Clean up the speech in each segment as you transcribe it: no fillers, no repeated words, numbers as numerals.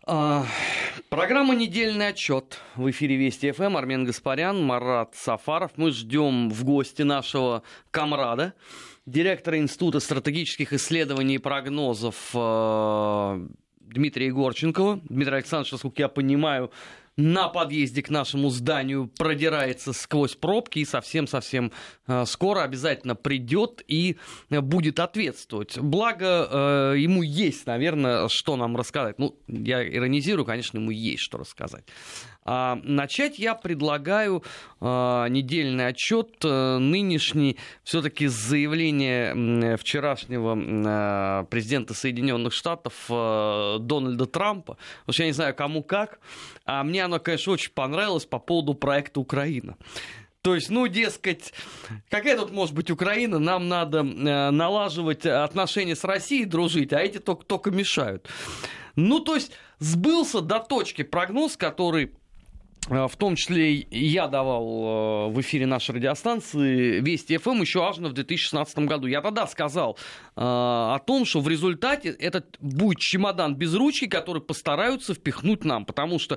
Программа «Недельный отчет». В эфире Вести ФМ. Армен Гаспарян, Марат Сафаров. Мы ждем в гости нашего комрада, директора Института стратегических исследований и прогнозов Дмитрия Егорченкова. Дмитрий Александрович, насколько я понимаю, на подъезде к нашему зданию продирается сквозь пробки и совсем-совсем скоро обязательно придет и будет ответствовать. Благо, ему есть, наверное, что нам рассказать. Ну, я иронизирую, конечно, ему есть что рассказать. Начать я предлагаю недельный отчет нынешний все-таки с заявления вчерашнего президента Соединенных Штатов Дональда Трампа. Потому что я не знаю, кому как, а мне оно, конечно, очень понравилось по поводу проекта «Украина». То есть, ну, дескать, какая тут может быть Украина, нам надо налаживать отношения с Россией, дружить, а эти только мешают. Ну, то есть, сбылся до точки прогноз, который в том числе и я давал в эфире нашей радиостанции Вести ФМ еще аж в 2016 году. Я тогда сказал о том, что в результате этот будет чемодан без ручки, который постараются впихнуть нам, потому что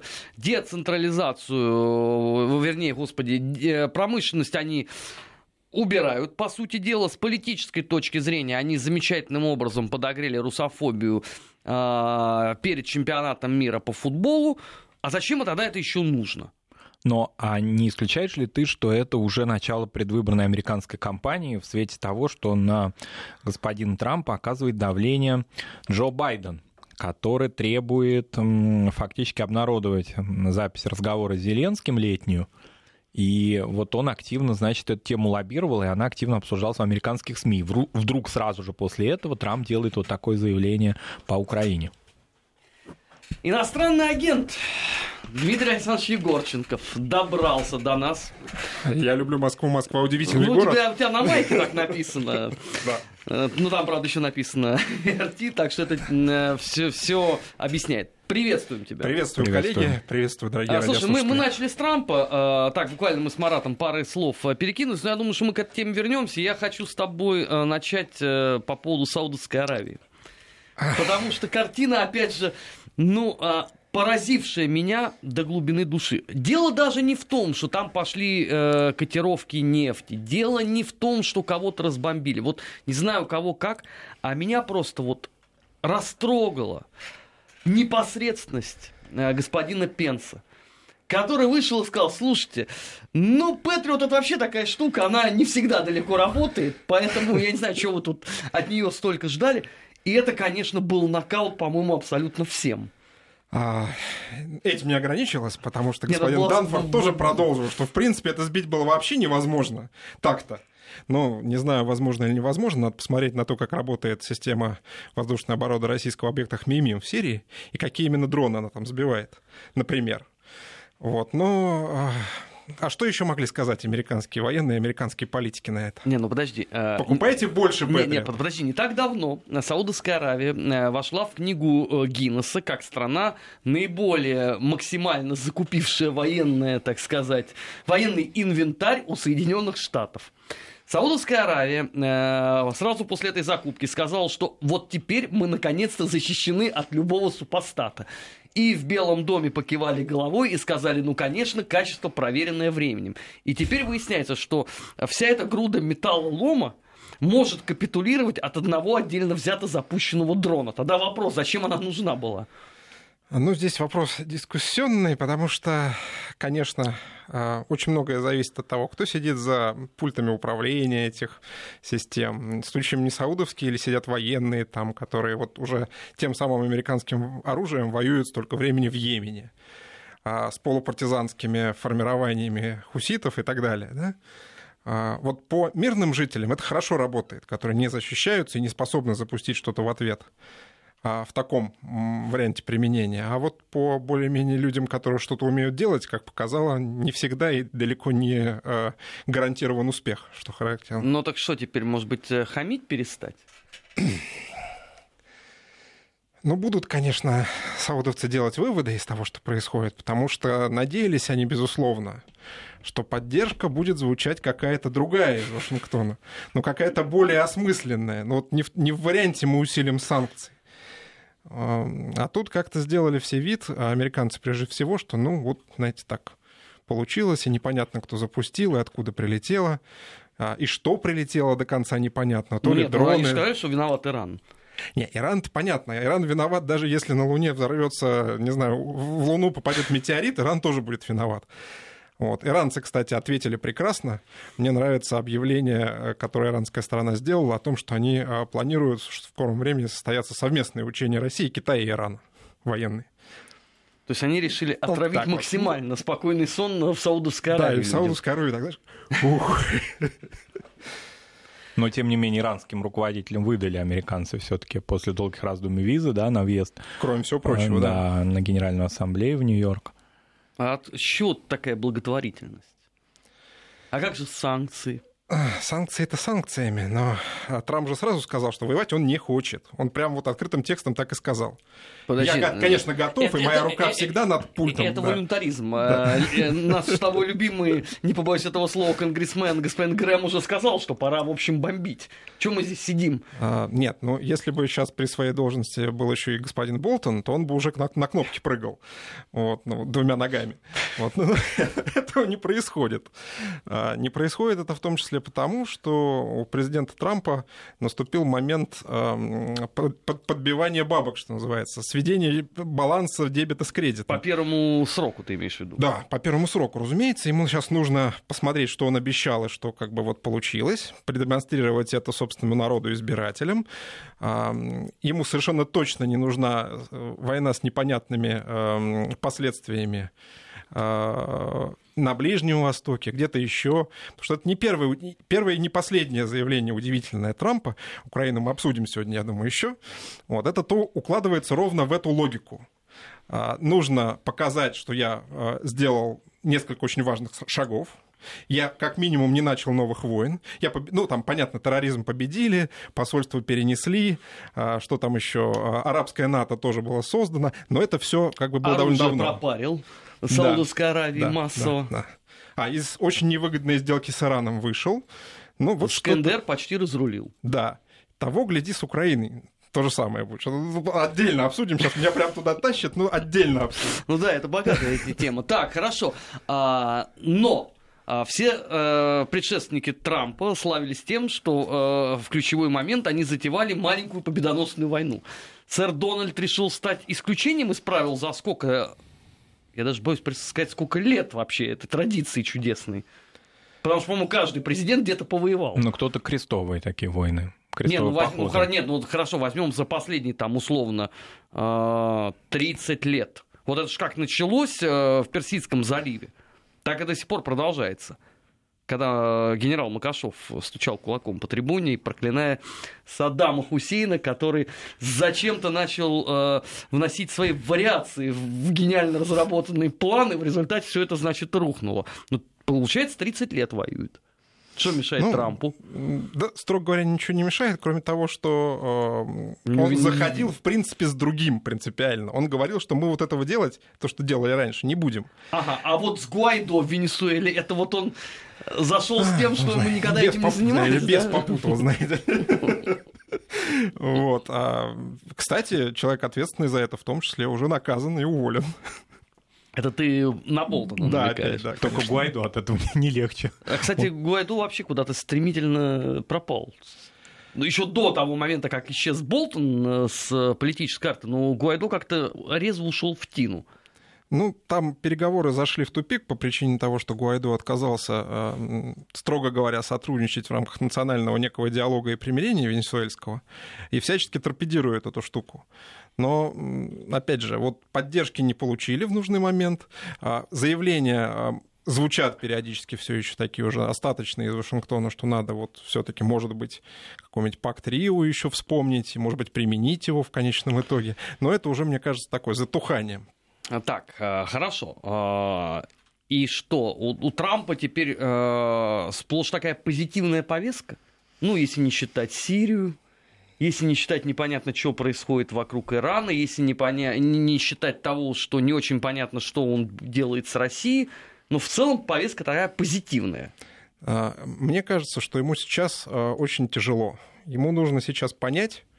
децентрализацию, вернее, промышленность они убирают, по сути дела, с политической точки зрения они замечательным образом подогрели русофобию перед чемпионатом мира по футболу. А зачем тогда это еще нужно? Но не исключаешь ли ты, что это уже начало предвыборной американской кампании в свете того, что на господина Трампа оказывает давление Джо Байден, который требует фактически обнародовать запись разговора с Зеленским летнюю, и вот он активно, значит, эту тему лоббировал, и она активно обсуждалась в американских СМИ. Вдруг сразу же после этого Трамп делает вот такое заявление по Украине. Иностранный агент Дмитрий Александрович Егорченков добрался до нас. Я люблю Москву, Москва удивительный город. У тебя на майке так написано. Ну, там, правда, еще написано RT, так что это все объясняет. Приветствуем тебя. Приветствую, коллеги. Приветствую, дорогие радиослушатели. Слушай, мы начали с Трампа. Так, буквально мы с Маратом пары слов перекинулись, но я думаю, что мы к этой теме вернемся. Я хочу с тобой начать по поводу Саудовской Аравии. Потому что картина, опять же, поразившая меня до глубины души. Дело даже не в том, что там пошли котировки нефти. Дело не в том, что кого-то разбомбили. Вот не знаю, кого как, а меня просто вот растрогала непосредственность господина Пенса, который вышел и сказал: слушайте, Патриот это вообще такая штука, она не всегда далеко работает, поэтому я не знаю, чего вы тут от нее столько ждали. И это, конечно, был нокаут, по-моему, абсолютно всем. Этим не ограничилось, потому что господин Данфорд тоже продолжил, что, в принципе, это сбить было вообще невозможно. Так-то. Ну, не знаю, возможно или невозможно, надо посмотреть на то, как работает система воздушной обороны российского объекта Хмеймим в Сирии, и какие именно дроны она там сбивает, например. Вот, а что еще могли сказать американские военные, американские политики на это? Подожди. Покупайте больше Патриот. Подожди, не так давно Саудовская Аравия вошла в книгу Гиннесса как страна, наиболее максимально закупившая военное, так сказать, военный инвентарь у Соединенных Штатов. Саудовская Аравия сразу после этой закупки сказала, что вот теперь мы наконец-то защищены от любого супостата. И в Белом доме покивали головой и сказали: конечно, качество, проверенное временем. И теперь выясняется, что вся эта груда металлолома может капитулировать от одного отдельно взято запущенного дрона. Тогда вопрос: зачем она нужна была? Здесь вопрос дискуссионный, потому что, конечно, очень многое зависит от того, кто сидит за пультами управления этих систем. Случаем не саудовские или сидят военные там, которые вот уже тем самым американским оружием воюют столько времени в Йемене, с полупартизанскими формированиями хуситов и так далее, да? Вот по мирным жителям это хорошо работает, которые не защищаются и не способны запустить что-то в ответ в таком варианте применения. А вот по более-менее людям, которые что-то умеют делать, как показало, не всегда и далеко не гарантирован успех, что характерно. Так что теперь, может быть, хамить перестать? Будут, конечно, саудовцы делать выводы из того, что происходит, потому что надеялись они, безусловно, что поддержка будет звучать какая-то другая из Вашингтона, какая-то более осмысленная. Не в варианте «мы усилим санкции». А тут как-то сделали все вид, американцы прежде всего, что, ну, вот, знаете, так получилось, и непонятно, кто запустил, и откуда прилетело, и что прилетело до конца непонятно. То ли Нет, дроны... они сказали, что виноват Иран. Не, Иран-то понятно. Иран виноват, даже если на Луне взорвется, не знаю, в Луну попадет метеорит, Иран тоже будет виноват. Вот. Иранцы, кстати, ответили прекрасно. Мне нравится объявление, которое иранская сторона сделала, о том, что они планируют, что в скором времени состоятся совместные учения России, Китая и Ирана военные. То есть они решили отравить вот максимально спокойный сон в Саудовской Аравии. Да, и в Саудовской Аравии, так знаешь, Но, тем не менее, иранским руководителям выдали американцы все-таки после долгих раздумий визы, да, на въезд. Кроме всего прочего, да. На Генеральную ассамблею в Нью-Йорк. А от чего такая благотворительность? А как же санкции? Санкции — это санкциями, но Трамп же сразу сказал, что воевать он не хочет. Он прям вот открытым текстом так и сказал. Подожди, я, конечно, готов, и моя рука всегда над пультом. Это да. волюнтаризм. Да. Наш с тобой любимый, не побоюсь этого слова, конгрессмен господин Грэм уже сказал, что пора, в общем, бомбить. Чего мы здесь сидим? Нет, ну если бы сейчас при своей должности был еще и господин Болтон, то он бы уже на кнопки прыгал вот, ну, двумя ногами. Вот, ну, этого не происходит. Не происходит это в том числе потому, что у президента Трампа наступил момент подбивания бабок, что называется, сведения баланса дебета с кредитом. По первому сроку ты имеешь в виду? Да, по первому сроку, разумеется. Ему сейчас нужно посмотреть, что он обещал и что как бы вот получилось, продемонстрировать это собственному народу, избирателям. Ему совершенно точно не нужна война с непонятными последствиями на Ближнем Востоке, где-то еще. Потому что это не первое и не последнее заявление удивительное Трампа. Украину мы обсудим сегодня, я думаю, еще. Вот, это то укладывается ровно в эту логику. Нужно показать, что я сделал несколько очень важных шагов. Я, как минимум, не начал новых войн. Ну, там, понятно, терроризм победили, посольство перенесли, что там еще, арабское НАТО тоже было создано, но это все как бы было довольно давно. Пропарил Саудовской Аравии массово. Да. Из очень невыгодной сделки с Ираном вышел. Ну, вот Искандер почти разрулил. Да. Того, гляди, с Украиной то же самое будет. Отдельно обсудим. Сейчас меня прям туда тащат, но отдельно обсудим. Ну да, это богатая эта тема. Так, хорошо. Но все предшественники Трампа славились тем, что в ключевой момент они затевали маленькую победоносную войну. Сэр Дональд решил стать исключением из правил за сколько... Я даже боюсь сказать, сколько лет вообще этой традиции чудесной. Потому что, по-моему, каждый президент где-то повоевал. Ну, кто-то крестовые такие войны. Хорошо, возьмем за последние, там, условно, 30 лет. Вот это же как началось в Персидском заливе, так и до сих пор продолжается. Когда генерал Макашов стучал кулаком по трибуне, проклиная Саддама Хусейна, который зачем-то начал вносить свои вариации в гениально разработанные планы, в результате все это, значит, рухнуло. Ну, получается, 30 лет воюет. Что мешает Трампу? Да, строго говоря, ничего не мешает, кроме того, что он заходил, в принципе, с другим принципиально. Он говорил, что мы вот этого делать, то, что делали раньше, не будем. Ага, а вот с Гуайдо в Венесуэле, это вот он зашел с тем, что мы никогда этим не занимались? Без попутал, знаете. Вот. Кстати, человек, ответственный за это, в том числе, уже наказан и уволен. Это ты на Болтона намекаешь. Да, только Гуайдо от этого не легче. Кстати, Гуайдо вообще куда-то стремительно пропал. Ну, еще до того момента, как исчез Болтон с политической карты, но Гуайдо как-то резво ушел в тину. Ну, там переговоры зашли в тупик по причине того, что Гуайдо отказался, строго говоря, сотрудничать в рамках национального некого диалога и примирения венесуэльского, и всячески торпедирует эту штуку. Но, опять же, вот поддержки не получили в нужный момент, заявления звучат периодически все еще такие уже остаточные из Вашингтона, что надо вот все-таки, может быть, какой-нибудь пакт Рио еще вспомнить, может быть, применить его в конечном итоге. Но это уже, мне кажется, такое затухание. Так, хорошо. И что, у Трампа теперь сплошь такая позитивная повестка? Ну, если не считать Сирию, если не считать непонятно, что происходит вокруг Ирана, если не считать того, что не очень понятно, что он делает с Россией, но в целом повестка такая позитивная. Мне кажется, что ему сейчас очень тяжело. Ему нужно сейчас понять, в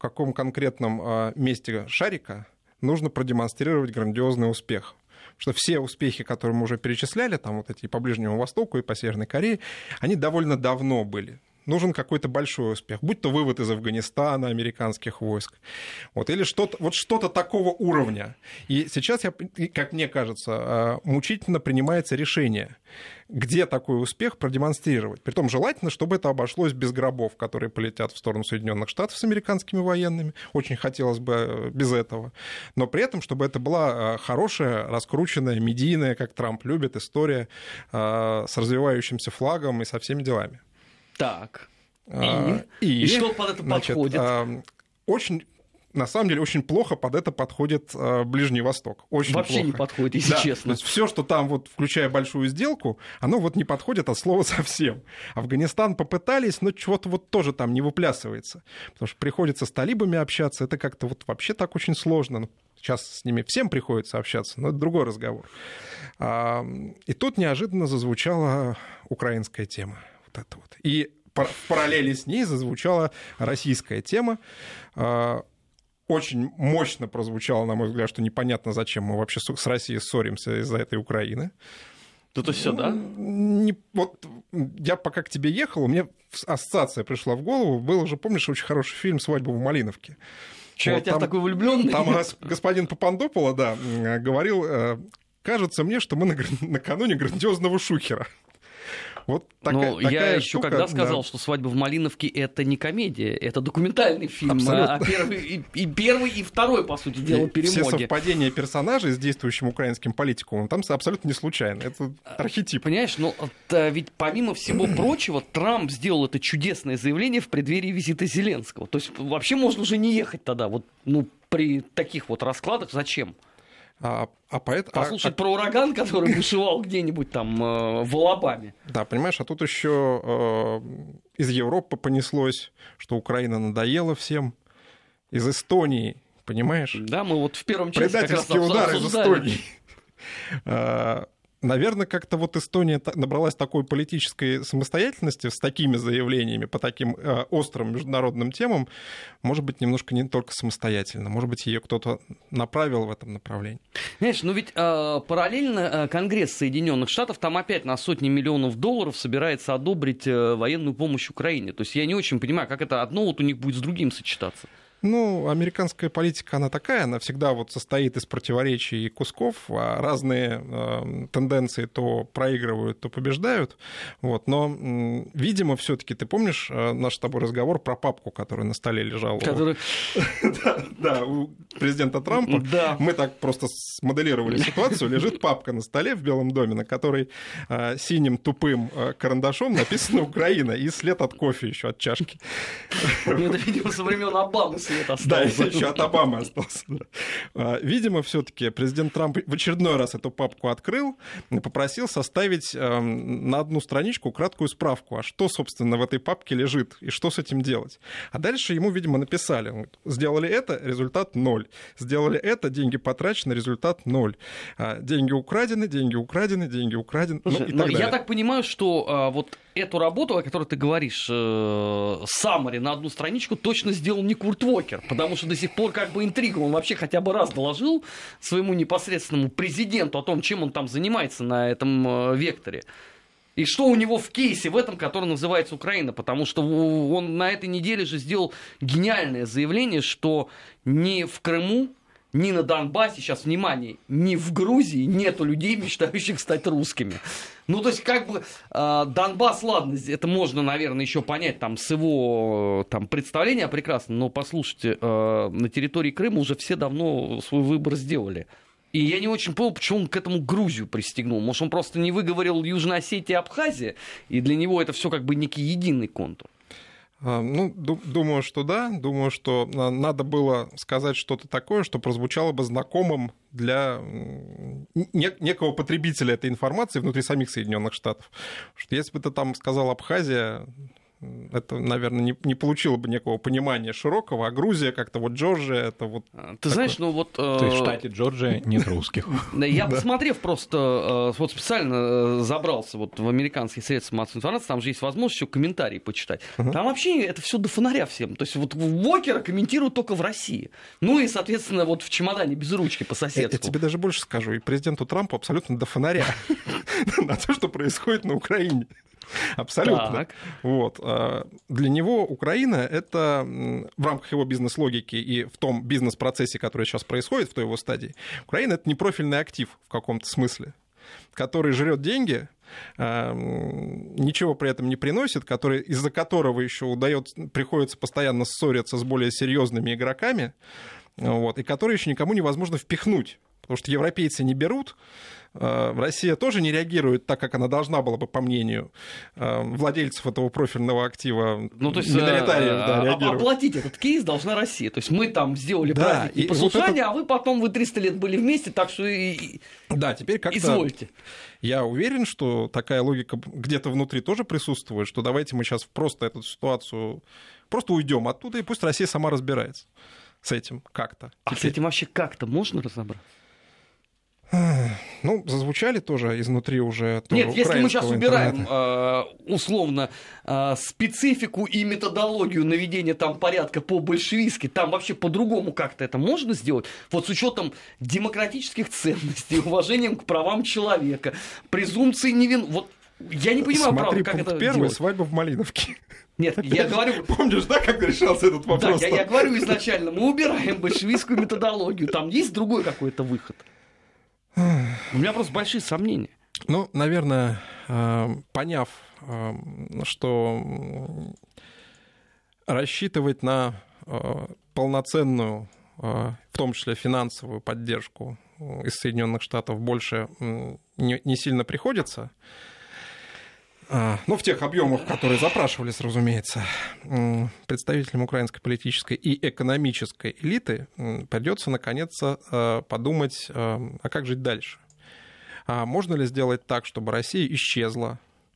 каком конкретном месте шарика нужно продемонстрировать грандиозный успех. Что все успехи, которые мы уже перечисляли, там вот эти и по Ближнему Востоку, и по Северной Корее, они довольно давно были. Нужен какой-то большой успех, будь то вывод из Афганистана американских войск, вот, или что-то такого уровня. И сейчас, как мне кажется, мучительно принимается решение, где такой успех продемонстрировать. Притом желательно, чтобы это обошлось без гробов, которые полетят в сторону Соединенных Штатов с американскими военными. Очень хотелось бы без этого. Но при этом, чтобы это была хорошая, раскрученная, медийная, как Трамп любит, история с развивающимся флагом и со всеми делами. Так. И что под это подходит? На самом деле, очень плохо под это подходит Ближний Восток. Очень вообще плохо. Не подходит, если честно. То есть все, что там, вот, включая большую сделку, оно вот не подходит от слова совсем. Афганистан попытались, но чего-то вот тоже там не выплясывается. Потому что приходится с талибами общаться. Это как-то вот вообще так очень сложно. Сейчас с ними всем приходится общаться, но это другой разговор. И тут неожиданно зазвучала украинская тема. Вот это вот. И в параллели с ней зазвучала российская тема. Очень мощно прозвучало, на мой взгляд, что непонятно, зачем мы вообще с Россией ссоримся из-за этой Украины. Это все, да? Вот я пока к тебе ехал, мне ассоциация пришла в голову. Был уже, помнишь, очень хороший фильм «Свадьба в Малиновке». Чего, вот, я такой влюбленный? Там господин Папандополо, да, говорил, кажется мне, что мы накануне грандиозного шухера. Вот такая я еще штука, когда сказал, что «Свадьба в Малиновке» — это не комедия, это документальный фильм. А первый и второй, по сути дела, перемоги. Все совпадения персонажей с действующим украинским политикумом там абсолютно не случайно. Это архетип. Понимаешь, ведь помимо всего прочего, Трамп сделал это чудесное заявление в преддверии визита Зеленского. То есть вообще можно уже не ехать тогда. При таких вот раскладах зачем? Послушать про ураган, который бушевал где-нибудь там в Алабаме. Да, понимаешь, а тут еще из Европы понеслось, что Украина надоела всем. Из Эстонии, понимаешь? Да, мы вот в первом часе как раз предательский удар из Эстонии. Наверное, как-то вот Эстония набралась такой политической самостоятельности с такими заявлениями по таким острым международным темам, может быть, немножко не только самостоятельно, может быть, ее кто-то направил в этом направлении. Знаешь, ведь параллельно Конгресс Соединенных Штатов там опять на сотни миллионов долларов собирается одобрить военную помощь Украине. То есть я не очень понимаю, как это одно вот у них будет с другим сочетаться. Американская политика, она такая, она всегда вот состоит из противоречий и кусков, а разные тенденции то проигрывают, то побеждают. Вот. Но, видимо, все-таки ты помнишь наш с тобой разговор про папку, которая на столе лежала? Да, у президента Трампа. Да. Мы так просто смоделировали ситуацию. Лежит папка на столе в Белом доме, на которой синим тупым карандашом написано «Украина» и след от кофе еще от чашки. Это, видимо, со времен Обамы. Да, еще от Обамы остался. Да. Видимо, все-таки президент Трамп в очередной раз эту папку открыл и попросил составить на одну страничку краткую справку, а что, собственно, в этой папке лежит и что с этим делать. А дальше ему, видимо, написали: сделали это, результат 0. Сделали это, деньги потрачены, результат 0. Деньги украдены, деньги украдены, деньги украдены. Слушай, и так далее. Я так понимаю, что вот эту работу, о которой ты говоришь, саммари на одну страничку точно сделал не Курт Уокер, потому что до сих пор как бы интрига. Он вообще хотя бы раз доложил своему непосредственному президенту о том, чем он там занимается на этом векторе. И что у него в кейсе в этом, который называется Украина. Потому что он на этой неделе же сделал гениальное заявление, что ни в Крыму, ни на Донбассе, сейчас, внимание, ни в Грузии нету людей, мечтающих стать русскими. То есть, как бы, Донбасс, ладно, это можно, наверное, еще понять там, с его там, представления прекрасно, но, послушайте, на территории Крыма уже все давно свой выбор сделали. И я не очень понял, почему он к этому Грузию пристегнул. Может, он просто не выговорил Южная Осетия и Абхазия, и для него это все как бы некий единый контур. Думаю, что да. Думаю, что надо было сказать что-то такое, что прозвучало бы знакомым для некого потребителя этой информации внутри самих Соединенных Штатов. Что если бы ты там сказал Абхазия, это, наверное, не получило бы никакого понимания широкого, а Грузия как-то вот Джорджия, это вот... Ты знаешь, ну вот... То есть в штате Джорджия нет русских. Я, посмотрев просто, вот специально забрался вот в американские средства массовой информации, там же есть возможность еще комментарии почитать. Там вообще это все до фонаря всем. То есть вот Уокера комментируют только в России. Ну и, соответственно, вот в чемодане без ручки по соседству. Я тебе даже больше скажу, и президенту Трампу абсолютно до фонаря на то, что происходит на Украине. Абсолютно. Вот. Для него Украина — это в рамках его бизнес-логики и в том бизнес-процессе, который сейчас происходит в той его стадии, Украина — это непрофильный актив в каком-то смысле, который жрет деньги, ничего при этом не приносит, из-за которого еще приходится постоянно ссориться с более серьезными игроками, вот, и который еще никому невозможно впихнуть. Потому что европейцы не берут, Россия тоже не реагирует так, как она должна была бы, по мнению владельцев этого профильного актива, ну, то есть, миноритариев, реагировать. Оплатить этот кейс должна Россия. То есть мы там сделали праздник непослушания, а вы 300 лет были вместе, так что да, теперь как-то... извольте. Я уверен, что такая логика где-то внутри тоже присутствует, что давайте мы сейчас просто эту ситуацию просто уйдем оттуда, и пусть Россия сама разбирается с этим как-то. А с этим вообще как-то можно разобраться? Ну, зазвучали тоже изнутри уже... Нет, если мы сейчас убираем условно специфику и методологию наведения там порядка по-большевистски, там вообще по-другому как-то это можно сделать? Вот с учетом демократических ценностей, уважением к правам человека, презумпции невиновности. Вот я не понимаю, правда, как это первый, делать. Свадьба в Малиновке. Нет, я говорю... Помнишь, да, как решался этот вопрос? Да, я говорю изначально, мы убираем большевистскую методологию, там есть другой какой-то выход. У меня просто большие сомнения. Ну, наверное, поняв, что рассчитывать на полноценную, в том числе финансовую поддержку из Соединенных Штатов больше не сильно приходится, ну, в тех объемах, которые запрашивались, разумеется, представителям украинской политической и экономической элиты придется наконец подумать, а как жить дальше. Можно ли сделать так, чтобы Россия исчезла?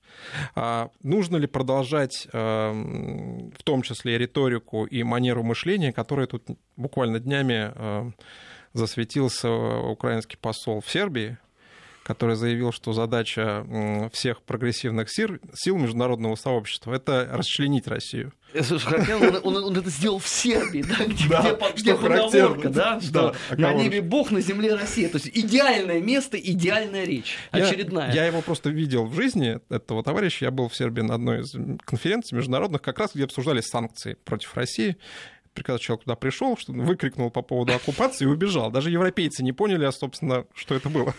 Нужно ли продолжать в том числе риторику и манеру мышления, которой тут буквально днями засветился украинский посол в Сербии, который заявил, что задача всех прогрессивных сил международного сообщества — это расчленить Россию. Слушай, хотя он это сделал в Сербии, да, где поговорка, да, что на небе Бог, на земле Россия. То есть идеальное место, идеальная речь, очередная. Я его просто видел в жизни, этого товарища. Я был в Сербии на одной из конференций международных, как раз где обсуждались санкции против России. Когда человек туда пришел, выкрикнул по поводу оккупации и убежал. Даже европейцы не поняли, собственно, что это было.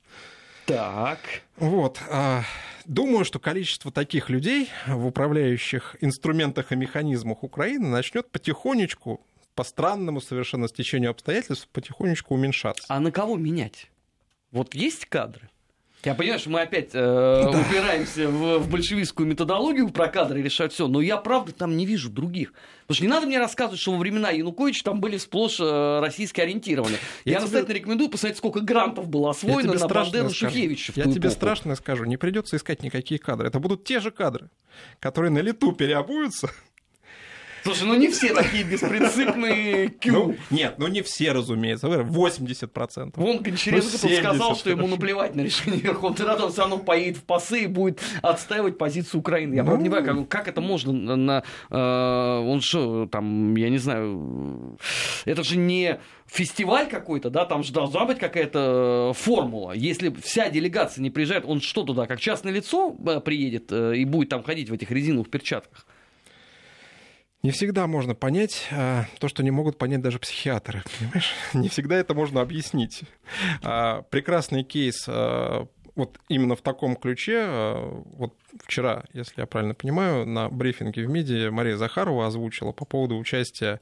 Так. Вот. Думаю, что количество таких людей в управляющих инструментах и механизмах Украины начнет потихонечку, по странному совершенно стечению обстоятельств, потихонечку уменьшаться. А на кого менять? Вот есть кадры? Я понимаю, что мы опять упираемся в большевистскую методологию про кадры решать все, но я, правда, там не вижу других. Потому что не надо мне рассказывать, что во времена Януковича там были сплошь российски ориентированы. Я настоятельно рекомендую посмотреть, сколько грантов было освоено на Бандеру Шухевича. Я тебе страшно скажу, не придется искать никакие кадры. Это будут те же кадры, которые на лету переобуются. Слушай, ну не все такие беспринципные кю. Нет, не все, разумеется. 80%. Вон Гончаренко тут сказал, что ему наплевать на решение Верховной Рады, он все равно поедет в ПАСы и будет отстаивать позицию Украины. Я правда не понимаю, как это можно он что, там, я не знаю, это же не фестиваль какой-то, да, там же должна быть какая-то формула. Если вся делегация не приезжает, он что туда, как частное лицо приедет и будет там ходить в этих резиновых перчатках? Не всегда можно понять то, что не могут понять даже психиатры, понимаешь? Не всегда это можно объяснить. Прекрасный кейс вот именно в таком ключе. Вот вчера, если я правильно понимаю, на брифинге в МИДе Мария Захарова озвучила по поводу участия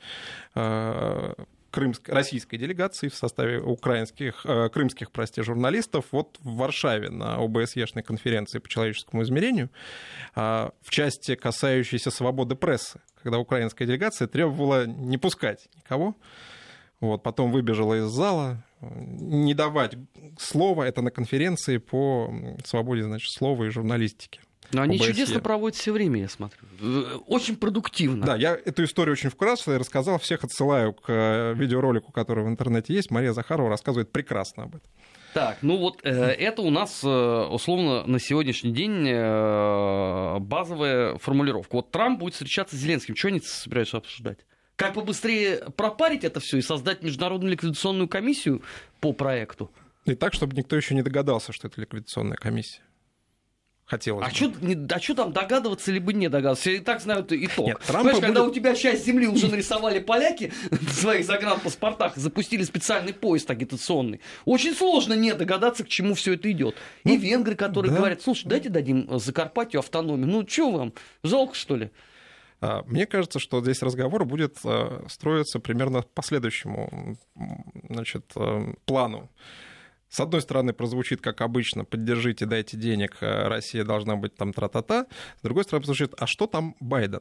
российской делегации в составе крымских, журналистов вот в Варшаве на ОБСЕшной конференции по человеческому измерению в части, касающейся свободы прессы, когда украинская делегация требовала не пускать никого, вот, потом выбежала из зала, не давать слова, это на конференции по свободе, значит, слова и журналистике. Но они ОБСЕ. чудесно проводят все время, я смотрю. Очень продуктивно. Да, я эту историю очень вкратце рассказал. Всех отсылаю к видеоролику, который в интернете есть. Мария Захарова рассказывает прекрасно об этом. Так, ну вот это у нас условно на сегодняшний день базовая формулировка. Вот Трамп будет встречаться с Зеленским. Что они собираются обсуждать? Как побыстрее пропарить это все и создать международную ликвидационную комиссию по проекту? И так, чтобы никто еще не догадался, что это ликвидационная комиссия. Хотелось бы. А что там догадываться либо не догадываться? Все и так знают итог. Нет, Трампа когда у тебя часть земли уже нарисовали поляки в своих загранпаспортах и запустили специальный поезд агитационный, очень сложно не догадаться, к чему все это идет. И венгры, которые говорят, слушай, дайте дадим Закарпатью автономию. Ну, что вам, жалко, что ли? Мне кажется, что здесь разговор будет строиться примерно по следующему, значит, плану. С одной стороны, прозвучит, как обычно, поддержите, дайте денег, Россия должна быть там тра-та-та. С другой стороны, прозвучит, а что там Байден?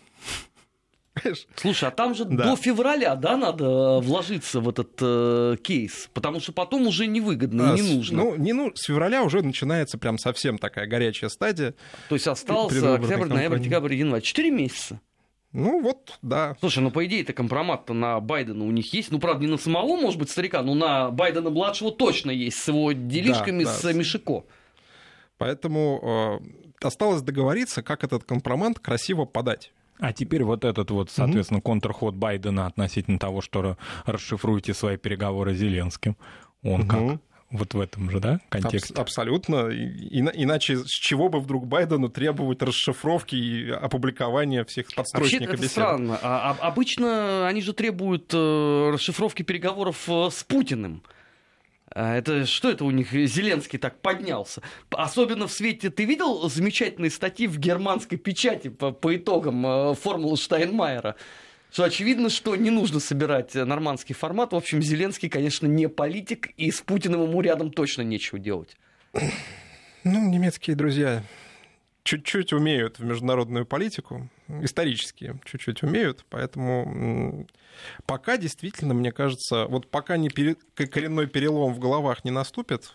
Слушай, а там же до февраля, да, надо вложиться в этот кейс, потому что потом уже невыгодно и не нужно. С февраля уже начинается прям совсем такая горячая стадия. То есть остался октябрь, ноябрь, декабрь, январь. 4 месяца. Ну вот, да. Слушай, ну по идее это компромат-то на Байдена у них есть. Ну, правда, не на самого, может быть, старика, но на Байдена-младшего точно есть с его делишками с Мишико. Поэтому осталось договориться, как этот компромат красиво подать. А теперь вот этот вот, соответственно, контрход Байдена относительно того, что расшифруйте свои переговоры с Зеленским. Он как? Вот в этом же, да, контексте? Абсолютно. Иначе с чего бы вдруг Байдену требовать расшифровки и опубликования всех подстрочников беседы? Это странно. Обычно они же требуют расшифровки переговоров с Путиным. Это что это у них Зеленский так поднялся? Особенно в свете... Ты видел замечательные статьи в германской печати по итогам формулы Штайнмайера? Что очевидно, что не нужно собирать нормандский формат. В общем, Зеленский, конечно, не политик, и с Путиным ему рядом точно нечего делать. Ну, немецкие друзья чуть-чуть умеют в международную политику, исторически чуть-чуть умеют, поэтому пока действительно, мне кажется, вот пока коренной перелом в головах не наступит,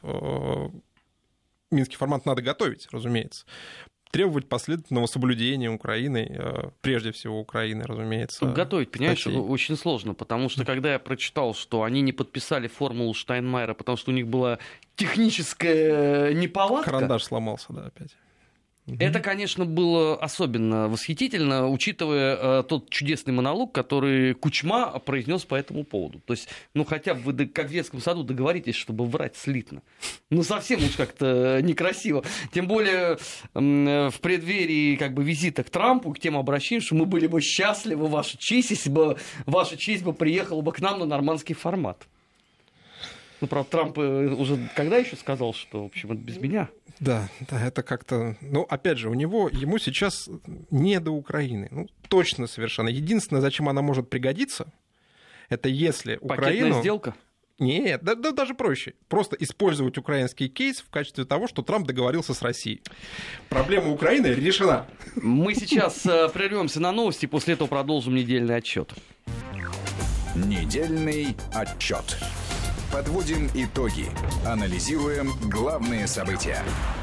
минский формат надо готовить, разумеется. Требовать последовательного соблюдения Украины, прежде всего Украины, разумеется. Готовить, понимаешь, очень сложно, потому что когда я прочитал, что они не подписали формулу Штайнмайера, потому что у них была техническая неполадка... Карандаш сломался, да, опять. Это, конечно, было особенно восхитительно, учитывая тот чудесный монолог, который Кучма произнес по этому поводу. То есть, ну, хотя бы вы, как в детском саду, договоритесь, чтобы врать слитно. Ну, совсем уж как-то некрасиво. Тем более в преддверии как бы визита к Трампу, к тем обращениям, что мы были бы счастливы, Ваша честь, если бы Ваша честь бы приехала бы к нам на нормандский формат. Ну, правда, Трамп уже когда еще сказал, что, в общем, это без меня? Да, это как-то... Ну, опять же, ему сейчас не до Украины. Ну, точно совершенно. Единственное, зачем она может пригодиться, это если Украину... Пакетная сделка? Нет, да, даже проще. Просто использовать украинский кейс в качестве того, что Трамп договорился с Россией. Проблема Украины решена. Мы сейчас прервемся на новости, после этого продолжим недельный отчет. Недельный отчет. Подводим итоги. Анализируем главные события.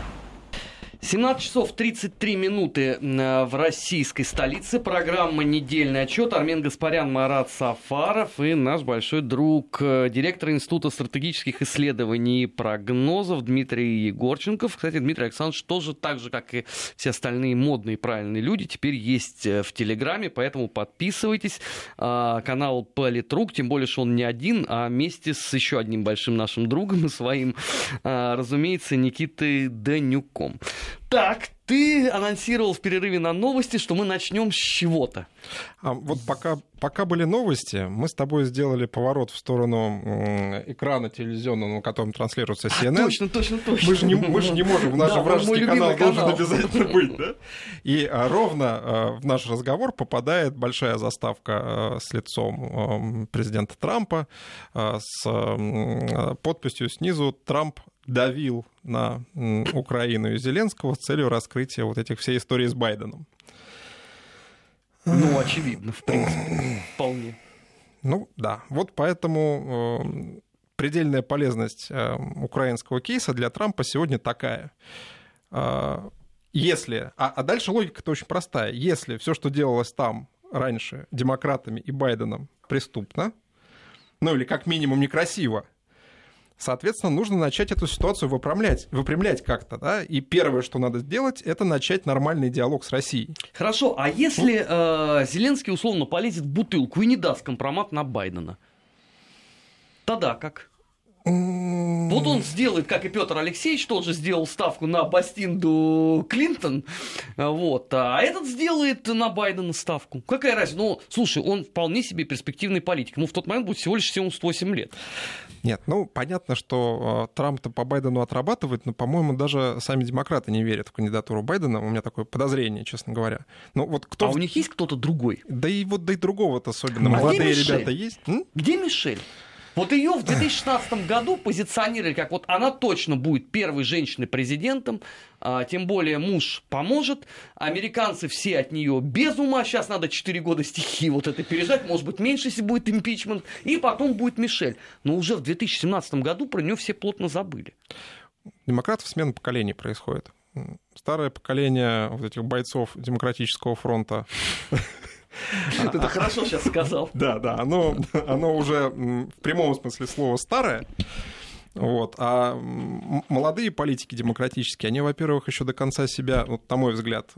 17 часов 33 минуты в российской столице. Программа «Недельный отчет». Армен Гаспарян, Марат Сафаров и наш большой друг, директор Института стратегических исследований и прогнозов Дмитрий Егорченков. Кстати, Дмитрий Александрович тоже, так же, как и все остальные модные и правильные люди, теперь есть в Телеграме, поэтому подписывайтесь. Канал Политрук, тем более, что он не один, а вместе с еще одним большим нашим другом и своим, разумеется, Никитой Данюком. Так, ты анонсировал в перерыве на новости, что мы начнем с чего-то. Вот пока были новости, мы с тобой сделали поворот в сторону экрана телевизионного, на котором транслируется CNN. Точно. Мы же не можем, в наш вражеский канал должен обязательно быть, да? И ровно в наш разговор попадает большая заставка с лицом президента Трампа, с подписью снизу «Трамп давил на Украину и Зеленского с целью раскрытия вот этих всей истории с Байденом». Ну, очевидно, в принципе, вполне. Ну, да. Вот поэтому предельная полезность украинского кейса для Трампа сегодня такая. если... А дальше логика-то очень простая. Если все, что делалось там раньше демократами и Байденом, преступно, ну или как минимум некрасиво, соответственно, нужно начать эту ситуацию выпрямлять как-то, да, и первое, что надо сделать, это начать нормальный диалог с Россией. Хорошо, а если Зеленский условно полезет в бутылку и не даст компромат на Байдена, тогда как? Вот он сделает, как и Петр Алексеевич, тот же сделал ставку на Бастинду Клинтон, вот, а этот сделает на Байдена ставку. Какая разница? Ну, слушай, он вполне себе перспективный политик. Ну, в тот момент будет всего лишь 78 лет. Нет, ну, понятно, что Трамп-то по Байдену отрабатывает, но, по-моему, даже сами демократы не верят в кандидатуру Байдена. У меня такое подозрение, честно говоря. Ну, вот кто... А у них есть кто-то другой? Да и другого-то особенно. Молодые ребята есть. Где Мишель? Вот ее в 2016 году позиционировали как вот она точно будет первой женщиной-президентом, тем более муж поможет, американцы все от нее без ума, сейчас надо 4 года стихии вот это переждать, может быть меньше, если будет импичмент, и потом будет Мишель. Но уже в 2017 году про нее все плотно забыли. Демократов смена поколений происходит. Старое поколение вот этих бойцов Демократического фронта... Это хорошо сейчас сказал. Да, оно уже в прямом смысле слова старое. Вот. А молодые политики демократические, они, во-первых, еще до конца себя, вот, на мой взгляд,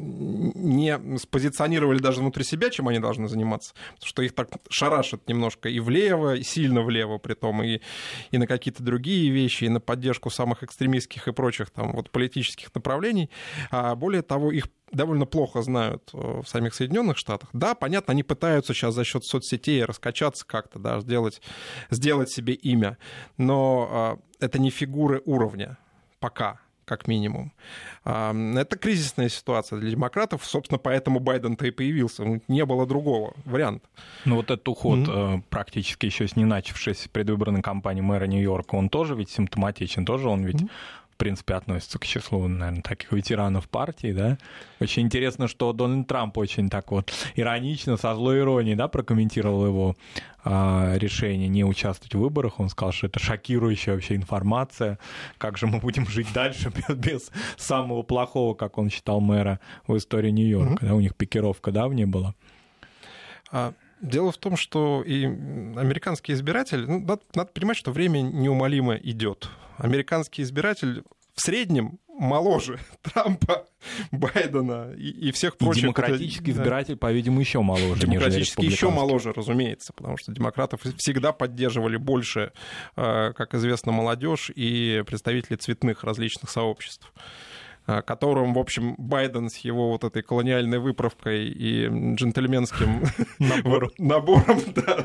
не спозиционировали даже внутри себя, чем они должны заниматься, потому что их так шарашат немножко и влево, и сильно влево, притом, и на какие-то другие вещи, и на поддержку самых экстремистских и прочих там, вот, политических направлений. А более того, их довольно плохо знают в самих Соединенных Штатах. Да, понятно, они пытаются сейчас за счет соцсетей раскачаться как-то, да, сделать себе имя, но это не фигуры уровня пока, как минимум. Это кризисная ситуация для демократов, собственно, поэтому Байден-то и появился. Не было другого варианта. Ну вот этот уход, практически еще с не начавшейся предвыборной кампании мэра Нью-Йорка, он тоже ведь симптоматичен, тоже он ведь... в принципе, относится к числу, наверное, таких ветеранов партии, да. Очень интересно, что Дональд Трамп очень так вот иронично, со злой иронией, да, прокомментировал его решение не участвовать в выборах. Он сказал, что это шокирующая вообще информация, как же мы будем жить дальше без самого плохого, как он считал, мэра в истории Нью-Йорка. Да, у них пикировка давняя была. Дело в том, что и американский избиратель, надо понимать, что время неумолимо идет. Американский избиратель в среднем моложе Трампа, Байдена и всех прочих. Демократический избиратель, по-видимому, еще моложе. Демократический еще моложе, разумеется, потому что демократов всегда поддерживали больше, как известно, молодежь и представители цветных различных сообществ, которым, в общем, Байден с его вот этой колониальной выправкой и джентльменским набором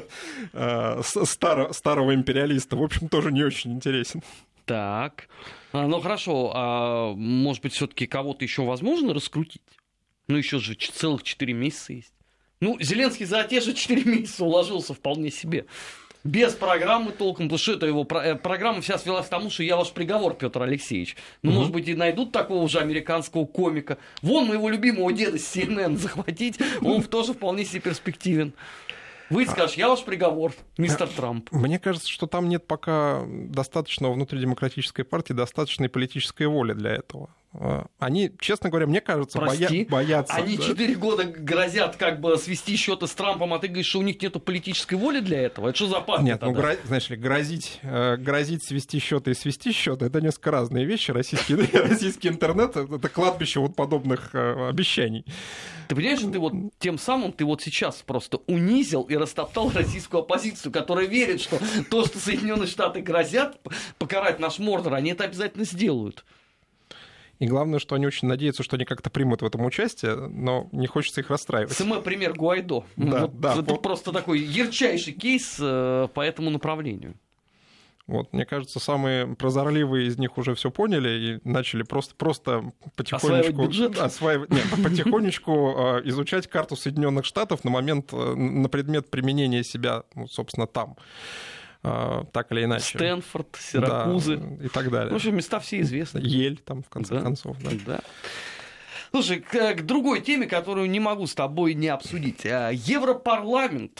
старого империалиста, в общем, тоже не очень интересен. Так, ну хорошо, а может быть, все-таки кого-то еще возможно раскрутить? Ну, еще же целых 4 месяца есть. Ну, Зеленский за те же 4 месяца уложился вполне себе. Без программы толком, потому что это его программа вся свелась к тому, что я ваш приговор, Петр Алексеевич. Ну, может быть, и найдут такого же американского комика. Вон моего любимого деда с CNN захватить, он тоже вполне себе перспективен. Вы скажешь, я ваш приговор, мистер Трамп. Мне кажется, что там нет пока достаточного внутри демократической партии, достаточной политической воли для этого. Они, честно говоря, мне кажется, боятся. Они 4 года грозят как бы свести счеты с Трампом, а ты говоришь, что у них нет политической воли для этого? Это что за партия? Нет, знаешь ли, грозить, свести счеты и свести счеты — это несколько разные вещи. Российский интернет — это кладбище вот подобных обещаний. Ты понимаешь, ты вот тем самым ты вот сейчас просто унизил и растоптал российскую оппозицию, которая верит, что то, что Соединенные Штаты грозят покарать наш Мордор, они это обязательно сделают. И главное, что они очень надеются, что они как-то примут в этом участие, но не хочется их расстраивать. Самый пример Гуайдо. Это просто такой ярчайший кейс по этому направлению. Вот, мне кажется, самые прозорливые из них уже все поняли и начали просто потихонечку потихонечку изучать карту Соединенных Штатов на предмет применения себя, собственно, там. Так или иначе. Стэнфорд, Сиракузы. Да, и так далее. В общем, места все известны. Ель там, в конце концов. Да. Слушай, к другой теме, которую не могу с тобой не обсудить. Европарламент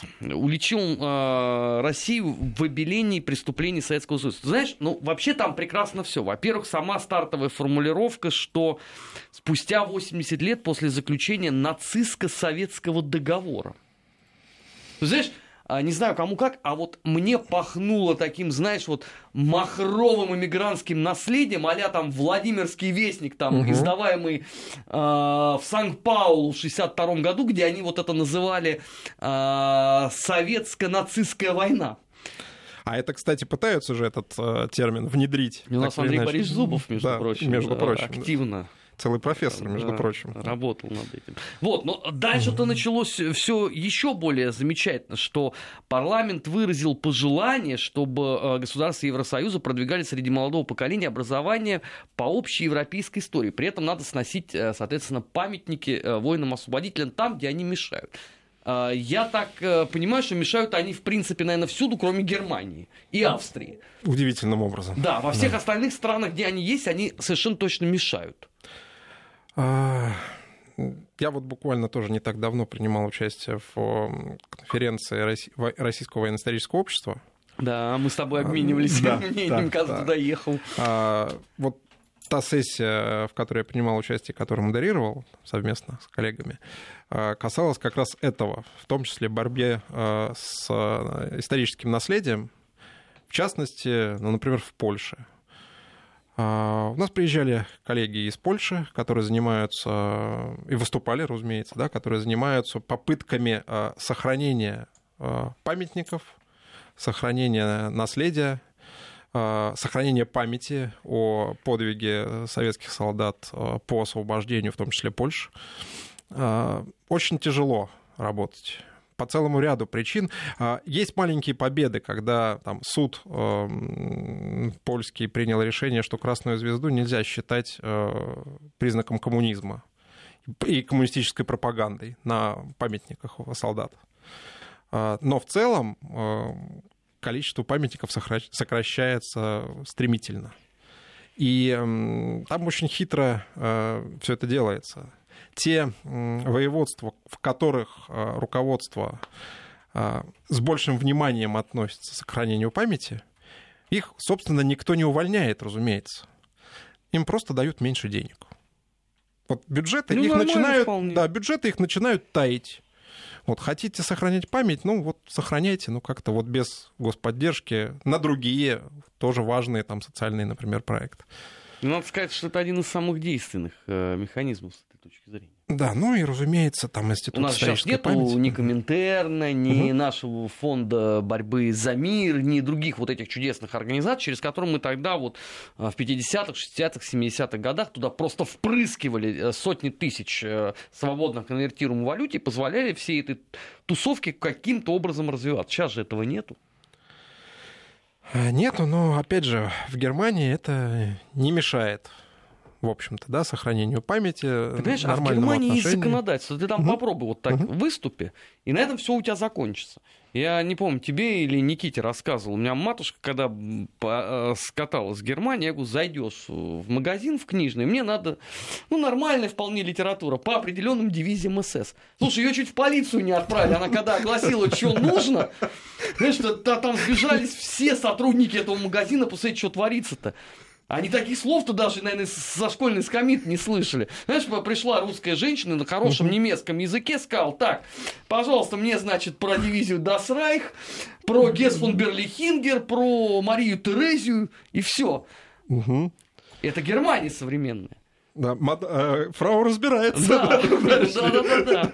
уличил Россию в обелении преступлений Советского Союза. Ты знаешь, вообще там прекрасно все. Во-первых, сама стартовая формулировка, что спустя 80 лет после заключения нацистско-советского договора. Ты знаешь, не знаю, кому как, а вот мне пахнуло таким, знаешь, вот махровым эмигрантским наследием, а-ля там Владимирский вестник, там, издаваемый в Сан-Паулу в 1962 году, где они вот это называли советско-нацистская война. А это, кстати, пытаются же этот термин внедрить. У нас Андрей Борисович Зубов, между прочим, активно. Целый профессор, между прочим. Работал над этим. Вот, но дальше-то началось все еще более замечательно, что парламент выразил пожелание, чтобы государства Евросоюза продвигали среди молодого поколения образование по общей европейской истории. При этом надо сносить, соответственно, памятники воинам-освободителям там, где они мешают. Я так понимаю, что мешают они, в принципе, наверное, всюду, кроме Германии и Австрии. Удивительным образом. Да, во всех остальных странах, где они есть, они совершенно точно мешают. Я вот буквально тоже не так давно принимал участие в конференции Российского военно-исторического общества. Да, мы с тобой обменивались мнением, когда туда ехал. Вот та сессия, в которой я принимал участие, которую модерировал совместно с коллегами, касалась как раз этого, в том числе борьбе с историческим наследием, в частности, например, в Польше. У нас приезжали коллеги из Польши, которые занимаются, и выступали, разумеется, да, которые занимаются попытками сохранения памятников, сохранения наследия, сохранения памяти о подвиге советских солдат по освобождению, в том числе Польши. Очень тяжело работать. По целому ряду причин. Есть маленькие победы, когда там, суд польский принял решение, что красную звезду нельзя считать признаком коммунизма и коммунистической пропагандой на памятниках солдат. Но в целом количество памятников сокращается стремительно. И там очень хитро все это делается. Те воеводства, в которых руководство с большим вниманием относится к сохранению памяти, их, собственно, никто не увольняет, разумеется. Им просто дают меньше денег. Вот бюджеты, бюджеты их начинают таять. Вот хотите сохранять память, сохраняйте, как-то вот без господдержки на другие тоже важные там социальные, например, проекты. Надо сказать, что это один из самых действенных механизмов с этой точки зрения. Да, и, разумеется, там институт исторической памяти. У нас сейчас нету ни Коминтерна, ни нашего фонда борьбы за мир, ни других вот этих чудесных организаций, через которые мы тогда вот в 50-х, 60-х, 70-х годах туда просто впрыскивали сотни тысяч свободно конвертируемой валюте и позволяли всей этой тусовке каким-то образом развиваться. Сейчас же этого нету. Нету, но, опять же, в Германии это не мешает, в общем-то, да, сохранению памяти, ты понимаешь, нормальному в Германии отношению. есть законодательство. Ты там попробуй вот так выступи, и на этом все у тебя закончится. Я не помню, тебе или Никите рассказывал. У меня матушка, когда скаталась в Германии, я говорю, зайдешь в магазин в книжный, мне надо, нормальная вполне литература по определенным дивизиям СС. Слушай, ее чуть в полицию не отправили. Она когда огласила, что нужно, знаешь, там сбежались все сотрудники этого магазина, посмотреть, что творится-то. Они таких слов-то даже, наверное, со школьной скамьи не слышали. Знаешь, пришла русская женщина на хорошем немецком языке, сказала, так, пожалуйста, мне, значит, про дивизию Das Reich, про Гесс фон Берлихингер, про Марию Терезию, и все. Это Германия современная. Да, фрау разбирается. Да.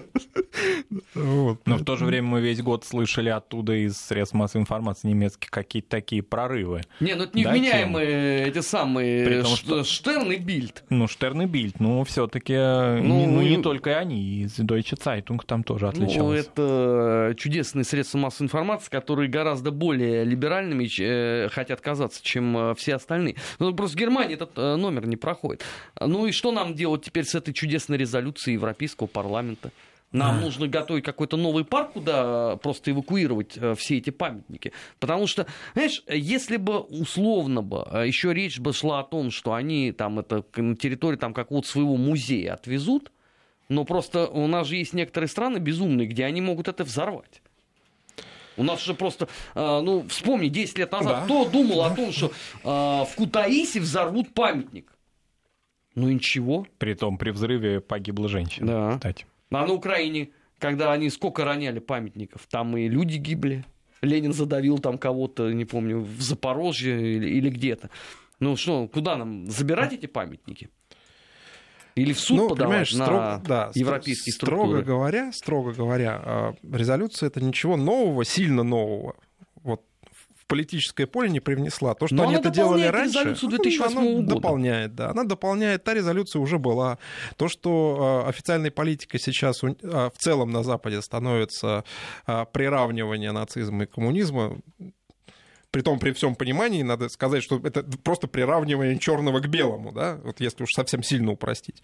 Но в то же время мы весь год слышали оттуда из средств массовой информации немецких какие-то такие прорывы. Это невменяемые эти самые Штерн и Бильд. Штерн и Бильд, все-таки не только они, из Deutsche Zeitung там тоже отличалось. Это чудесные средства массовой информации, которые гораздо более либеральными хотят казаться, чем все остальные. Просто в Германии этот номер не проходит. И что нам делать теперь с этой чудесной резолюцией Европейского парламента? Нам нужно готовить какой-то новый парк, куда просто эвакуировать все эти памятники. Потому что, знаешь, если бы условно бы еще речь бы шла о том, что они там это на территории там какого-то своего музея отвезут, но просто у нас же есть некоторые страны безумные, где они могут это взорвать. У нас же просто, вспомни, 10 лет назад, кто думал о том, что в Кутаиси взорвут памятник? Ну ничего. Притом при взрыве погибла женщина, кстати. А на Украине, когда они сколько роняли памятников, там и люди гибли. Ленин задавил там кого-то, не помню, в Запорожье или где-то. Ну что, куда нам забирать эти памятники? Или в суд подавать на европейские структуры? Строго говоря, резолюция — это ничего нового, сильно нового. Вот в политическое поле не привнесла. То, что они это делали раньше, резолюцию 2008 года. Она дополняет. Та резолюция уже была. То, что официальной политикой сейчас в целом на Западе становится приравнивание нацизма и коммунизма, притом при всем понимании, надо сказать, что это просто приравнивание черного к белому, да, вот если уж совсем сильно упростить.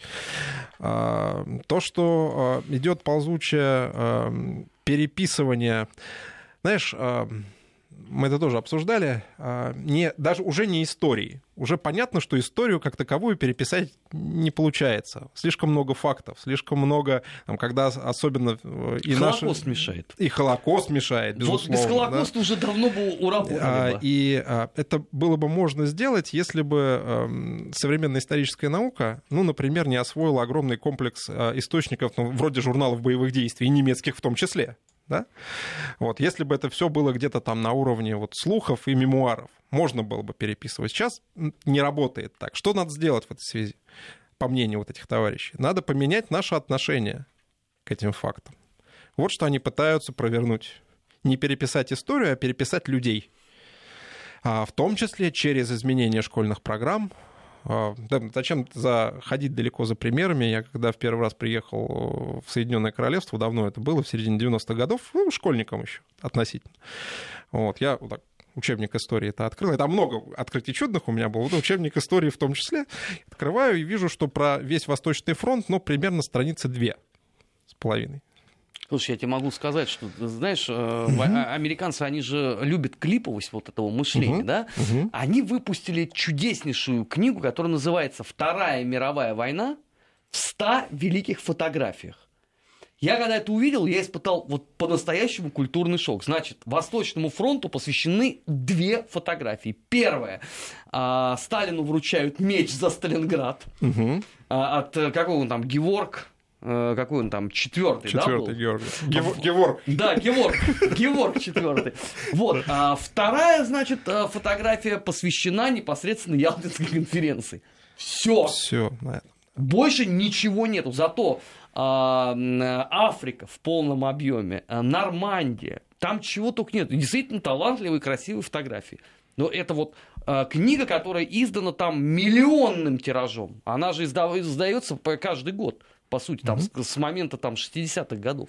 То, что идет ползучее переписывание, знаешь, мы это тоже обсуждали, даже уже не истории. Уже понятно, что историю как таковую переписать не получается. Слишком много фактов, слишком много, когда особенно... Холокост мешает. И Холокост мешает, безусловно. Вот без Холокоста уже давно бы уработали. И это было бы можно сделать, если бы современная историческая наука, например, не освоила огромный комплекс источников, вроде журналов боевых действий, немецких в том числе. Да? Вот, если бы это все было где-то там на уровне слухов и мемуаров, можно было бы переписывать. Сейчас не работает так. Что надо сделать в этой связи, по мнению этих товарищей? Надо поменять наше отношение к этим фактам. Вот что они пытаются провернуть. Не переписать историю, а переписать людей. В том числе через изменение школьных программ. Зачем заходить далеко за примерами? Я когда в первый раз приехал в Соединенное Королевство, давно это было, в середине 90-х годов, школьником еще относительно. Я учебник истории это открыл. Там много открытий чудных у меня было, учебник истории в том числе. Открываю и вижу, что про весь Восточный фронт, примерно страницы 2,5. Слушай, я тебе могу сказать, что, знаешь, американцы, они же любят клиповость вот этого мышления, да? Они выпустили чудеснейшую книгу, которая называется «Вторая мировая война в 100 великих фотографиях». Я когда это увидел, я испытал по-настоящему культурный шок. Значит, Восточному фронту посвящены 2 фотографии. Первая. Сталину вручают меч за Сталинград. От какого он там, Геворг... Какой он там, 4-й, да, был? 4-й, Геворг. Да, Геворг 4-й. Вот. Вторая, значит, фотография посвящена непосредственно Ялтинской конференции. Все. Больше ничего нету. Зато Африка в полном объеме, Нормандия, там чего только нет. Действительно талантливые, красивые фотографии. Но это книга, которая издана там миллионным тиражом. Она же издается каждый год. По сути, там, с момента 60-х годов.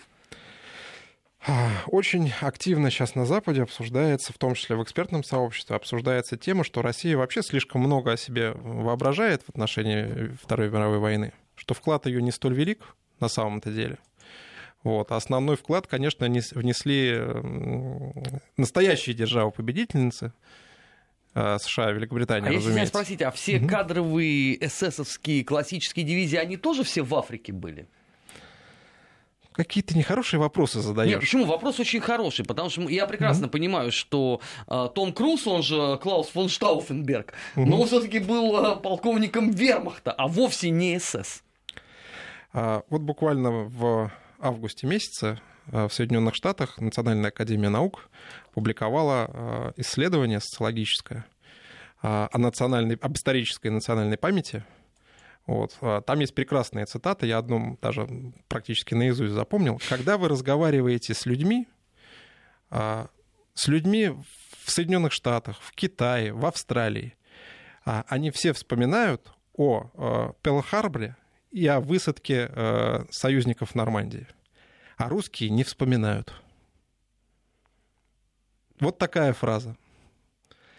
Очень активно сейчас на Западе обсуждается, в том числе в экспертном сообществе, обсуждается тема, что Россия вообще слишком много о себе воображает в отношении Второй мировой войны, что вклад ее не столь велик на самом-то деле. Основной вклад, конечно, внесли настоящие державы-победительницы, США, Великобритания, разумеется. Если меня спросить, а все кадровые эсэсовские классические дивизии, они тоже все в Африке были? Какие-то нехорошие вопросы задаешь. Нет, почему? Вопрос очень хороший, потому что я прекрасно понимаю, что Том Круз, он же Клаус фон Штауфенберг, но он все-таки был полковником вермахта, а вовсе не СС. Буквально в августе месяце в Соединенных Штатах Национальная академия наук публиковала исследование социологическое об исторической национальной памяти. Там есть прекрасные цитаты, я одну даже практически наизусть запомнил. Когда вы разговариваете с людьми в Соединенных Штатах, в Китае, в Австралии, они все вспоминают о Перл-Харборе и о высадке союзников в Нормандии. А русские не вспоминают. Вот такая фраза.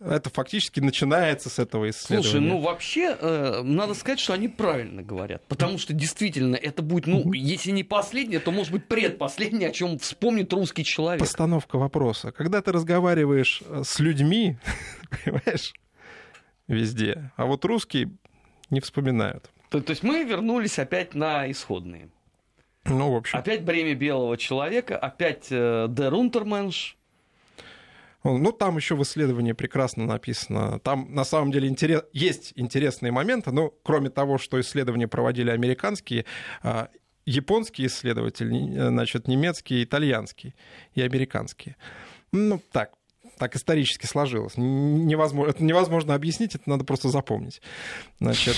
это фактически начинается с этого исследования. Слушай, ну вообще, надо сказать, что они правильно говорят. Потому что действительно это будет, ну, если не последнее, то может быть предпоследнее, о чем вспомнит русский человек. Постановка вопроса. Когда ты разговариваешь с людьми, понимаешь, везде, а вот русские не вспоминают. То есть мы вернулись опять на исходные. Ну, в общем. Опять бремя белого человека, опять Der Untermensch. Ну, там еще в исследовании прекрасно написано. Там, на самом деле, есть интересные моменты, но кроме того, что исследования проводили американские, японские исследователи, значит, немецкие, итальянские и американские. Ну, так исторически сложилось. Это невозможно объяснить, это надо просто запомнить. Значит...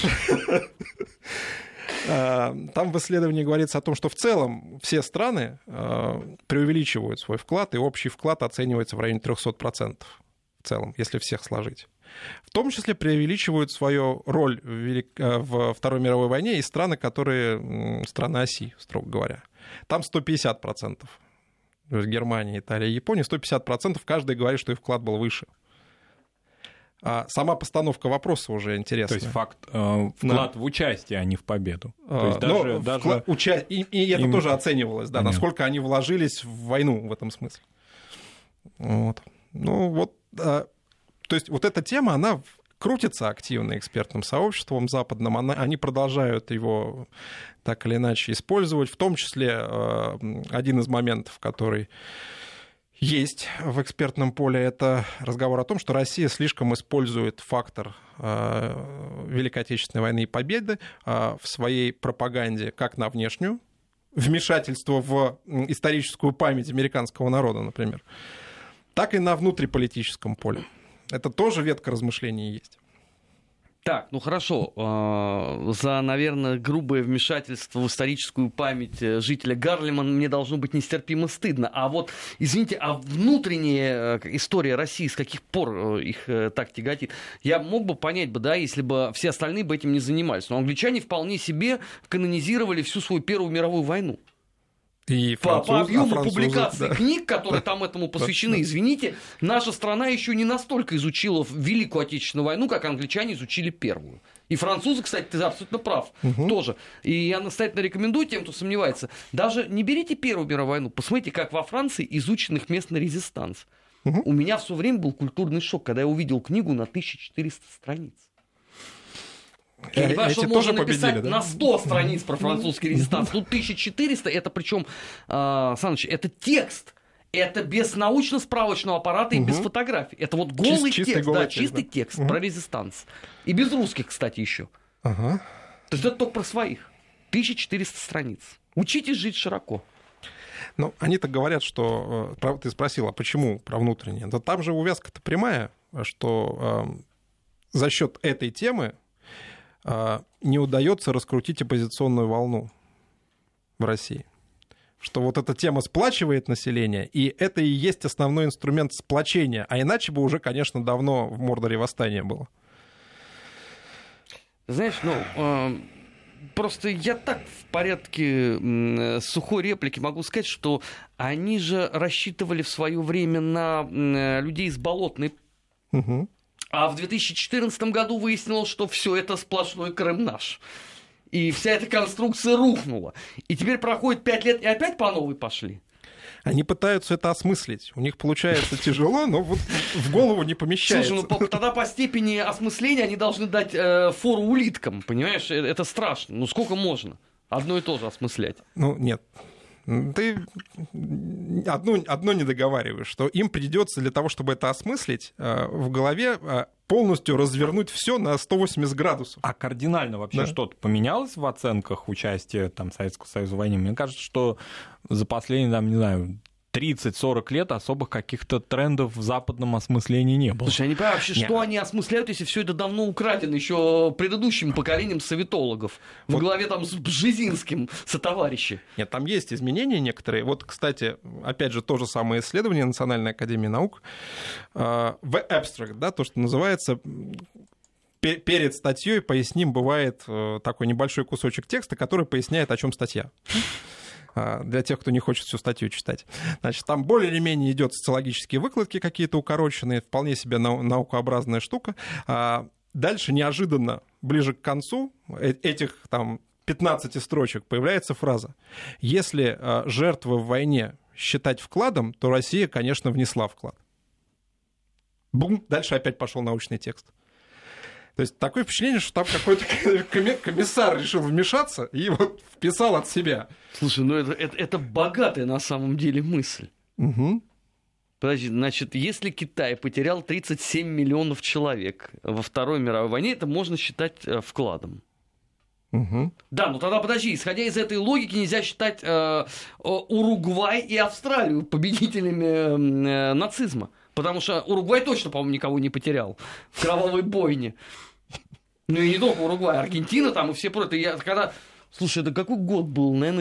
Там в исследовании говорится о том, что в целом все страны преувеличивают свой вклад, и общий вклад оценивается в районе 300% в целом, если всех сложить. В том числе преувеличивают свою роль в Второй мировой войне и страны, страны оси, строго говоря. Там 150%. Германия, Италия, Япония, 150%. Каждый говорит, что их вклад был выше. А сама постановка вопроса уже интересная. То есть вклад в участие, а не в победу. То есть и это тоже оценивалось, да, насколько они вложились в войну в этом смысле. Вот. Ну вот, то есть вот эта тема, она крутится активно экспертным сообществом западным, они продолжают его так или иначе использовать, в том числе один из моментов, который... Есть в экспертном поле, это разговор о том, что Россия слишком использует фактор Великой Отечественной войны и победы в своей пропаганде как на внешнюю, вмешательство в историческую память американского народа, например, так и на внутриполитическом поле. Это тоже ветка размышлений есть. Так, ну хорошо, за, наверное, грубое вмешательство в историческую память жителя Гарлема мне должно быть нестерпимо стыдно. А вот, извините, а внутренняя история России, с каких пор их так тяготит? Я мог бы понять, да, если бы все остальные бы этим не занимались. Но англичане вполне себе канонизировали всю свою Первую мировую войну. И по объему публикаций книг, которые там этому посвящены, извините, наша страна еще не настолько изучила Великую Отечественную войну, как англичане изучили Первую. И французы, кстати, ты абсолютно прав, тоже. И я настоятельно рекомендую тем, кто сомневается, даже не берите Первую мировую войну, посмотрите, как во Франции изучен их местный резистанс. У меня в свое время был культурный шок, когда я увидел книгу на 1400 страниц. Я не понимаю, что можно написать на 100 страниц про французский резистанс. Тут 1400, это причем, Саныч, это текст. Это без научно-справочного аппарата и без фотографий. Это вот голый текст, чистый текст про резистанс. И без русских, кстати, еще. То есть это только про своих. 1400 страниц. Учитесь жить широко. Ну, они так говорят, что... Ты спросил, а почему про внутреннее? Да там же увязка-то прямая, что за счет этой темы не удается раскрутить оппозиционную волну в России. Что вот эта тема сплачивает население, и это и есть основной инструмент сплочения. А иначе бы уже, конечно, давно в Мордоре восстание было. Знаешь, просто я так в порядке сухой реплики могу сказать, что они же рассчитывали в свое время на людей из Болотной. А в 2014 году выяснилось, что все это сплошной Крым наш. И вся эта конструкция рухнула. И теперь проходит 5 лет, и опять по новой пошли. Они пытаются это осмыслить. У них получается тяжело, но вот в голову не помещается. Слушай, тогда по степени осмысления они должны дать фору улиткам, понимаешь? Это страшно. Ну сколько можно одно и то же осмыслять? Ну нет. Ты одно не договариваешь, что им придется для того, чтобы это осмыслить, в голове полностью развернуть все на 180 градусов. А кардинально вообще что-то поменялось в оценках участия Советского Союза в войне? Мне кажется, что за последние, 30-40 лет особых каких-то трендов в западном осмыслении не было. Слушай, я не понимаю вообще, что они осмысляют, если все это давно украдено еще предыдущим поколением советологов. Во главе с Бжезинским сотоварищи. Нет, там есть изменения некоторые. Вот, кстати, опять же, то же самое исследование Национальной академии наук. В abstract, то, что называется... Перед статьей поясним, бывает такой небольшой кусочек текста, который поясняет, о чем статья. для тех, кто не хочет всю статью читать. Значит, там более или менее идет социологические выкладки какие-то укороченные, вполне себе наукообразная штука. Дальше неожиданно, ближе к концу этих там 15 строчек появляется фраза: если жертвы в войне считать вкладом, то Россия, конечно, внесла вклад. Бум, дальше опять пошел научный текст. То есть такое впечатление, что там какой-то комиссар решил вмешаться и вот вписал от себя. Слушай, ну это богатая на самом деле мысль. Угу. Подожди, значит, если Китай потерял 37 миллионов человек во Второй мировой войне, это можно считать вкладом. Угу. Да, ну тогда подожди, исходя из этой логики, нельзя считать Уругвай и Австралию победителями нацизма. Потому что Уругвай точно, по-моему, никого не потерял в кровавой бойне. Ну и не только Уругвай, Аргентина там и все прочие. Я когда... Слушай, это какой год был? Наверное,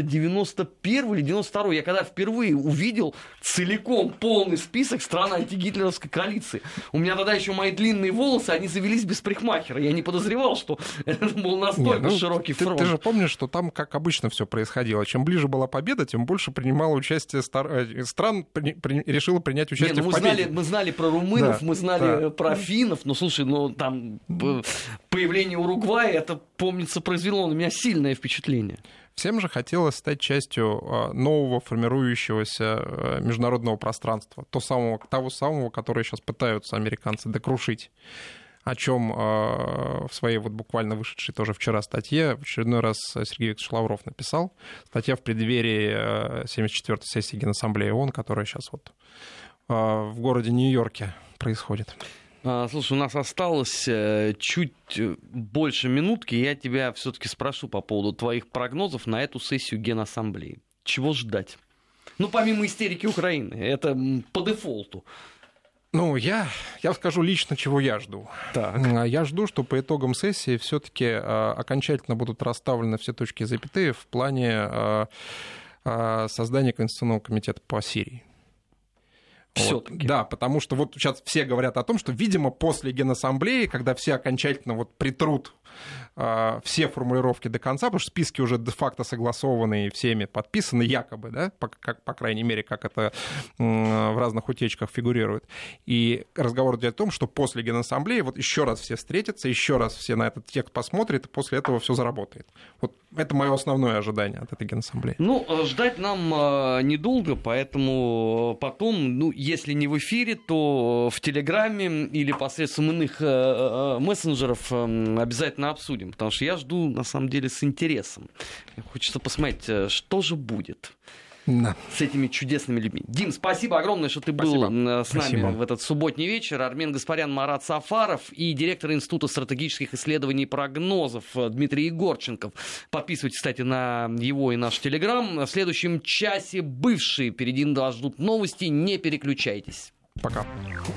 91 или 92-й. Я когда впервые увидел целиком полный список стран антигитлеровской коалиции. У меня тогда еще мои длинные волосы, они завелись без парикмахера. Я не подозревал, что это был настолько широкий фронт. Ты же помнишь, что там, как обычно, все происходило. Чем ближе была победа, тем больше принимало участие стран, решило принять участие в победе. Мы знали про румынов, да, мы знали про финнов. Но, слушай, там появление Уругвая, это, помнится, произвело на меня сильное впечатление. Всем же хотелось стать частью нового формирующегося международного пространства, того самого, которое сейчас пытаются американцы докрушить, о чем в своей вот буквально вышедшей тоже вчера статье в очередной раз Сергей Викторович Лавров написал. Статья в преддверии 74-й сессии Генассамблеи ООН, которая сейчас вот в городе Нью-Йорке происходит. Слушай, у нас осталось чуть больше минутки, я тебя все-таки спрошу по поводу твоих прогнозов на эту сессию Генассамблеи. Чего ждать? Ну, помимо истерики Украины, это по дефолту. Ну, я скажу лично, чего я жду. Так. Я жду, что по итогам сессии все-таки окончательно будут расставлены все точки и запятые в плане создания Конституционного комитета по Сирии. Все-таки. Вот. Да, потому что вот сейчас все говорят о том, что, видимо, после Генассамблеи, когда все окончательно вот притрут все формулировки до конца, потому что списки уже де-факто согласованы и всеми подписаны, якобы, да, по крайней мере, как это в разных утечках фигурирует. И разговор идет о том, что после Генассамблеи вот еще раз все встретятся, еще раз все на этот текст посмотрят, и после этого все заработает. Вот это мое основное ожидание от этой Генассамблеи. Ну, ждать нам недолго, поэтому потом, ну, если не в эфире, то в Телеграме или посредством иных мессенджеров обязательно обсудим, потому что я жду, на самом деле, с интересом. Хочется посмотреть, что же будет с этими чудесными людьми. Дим, спасибо огромное, что ты был с нами в этот субботний вечер. Армен Гаспарян, Марат Сафаров и директор Института стратегических исследований и прогнозов Дмитрий Егорченков. Подписывайтесь, кстати, на его и наш Телеграм. В следующем часе бывшие. Впереди вас ждут новости. Не переключайтесь. Пока.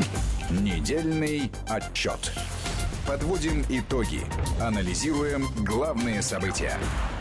Недельный отчет. Подводим итоги. Анализируем главные события.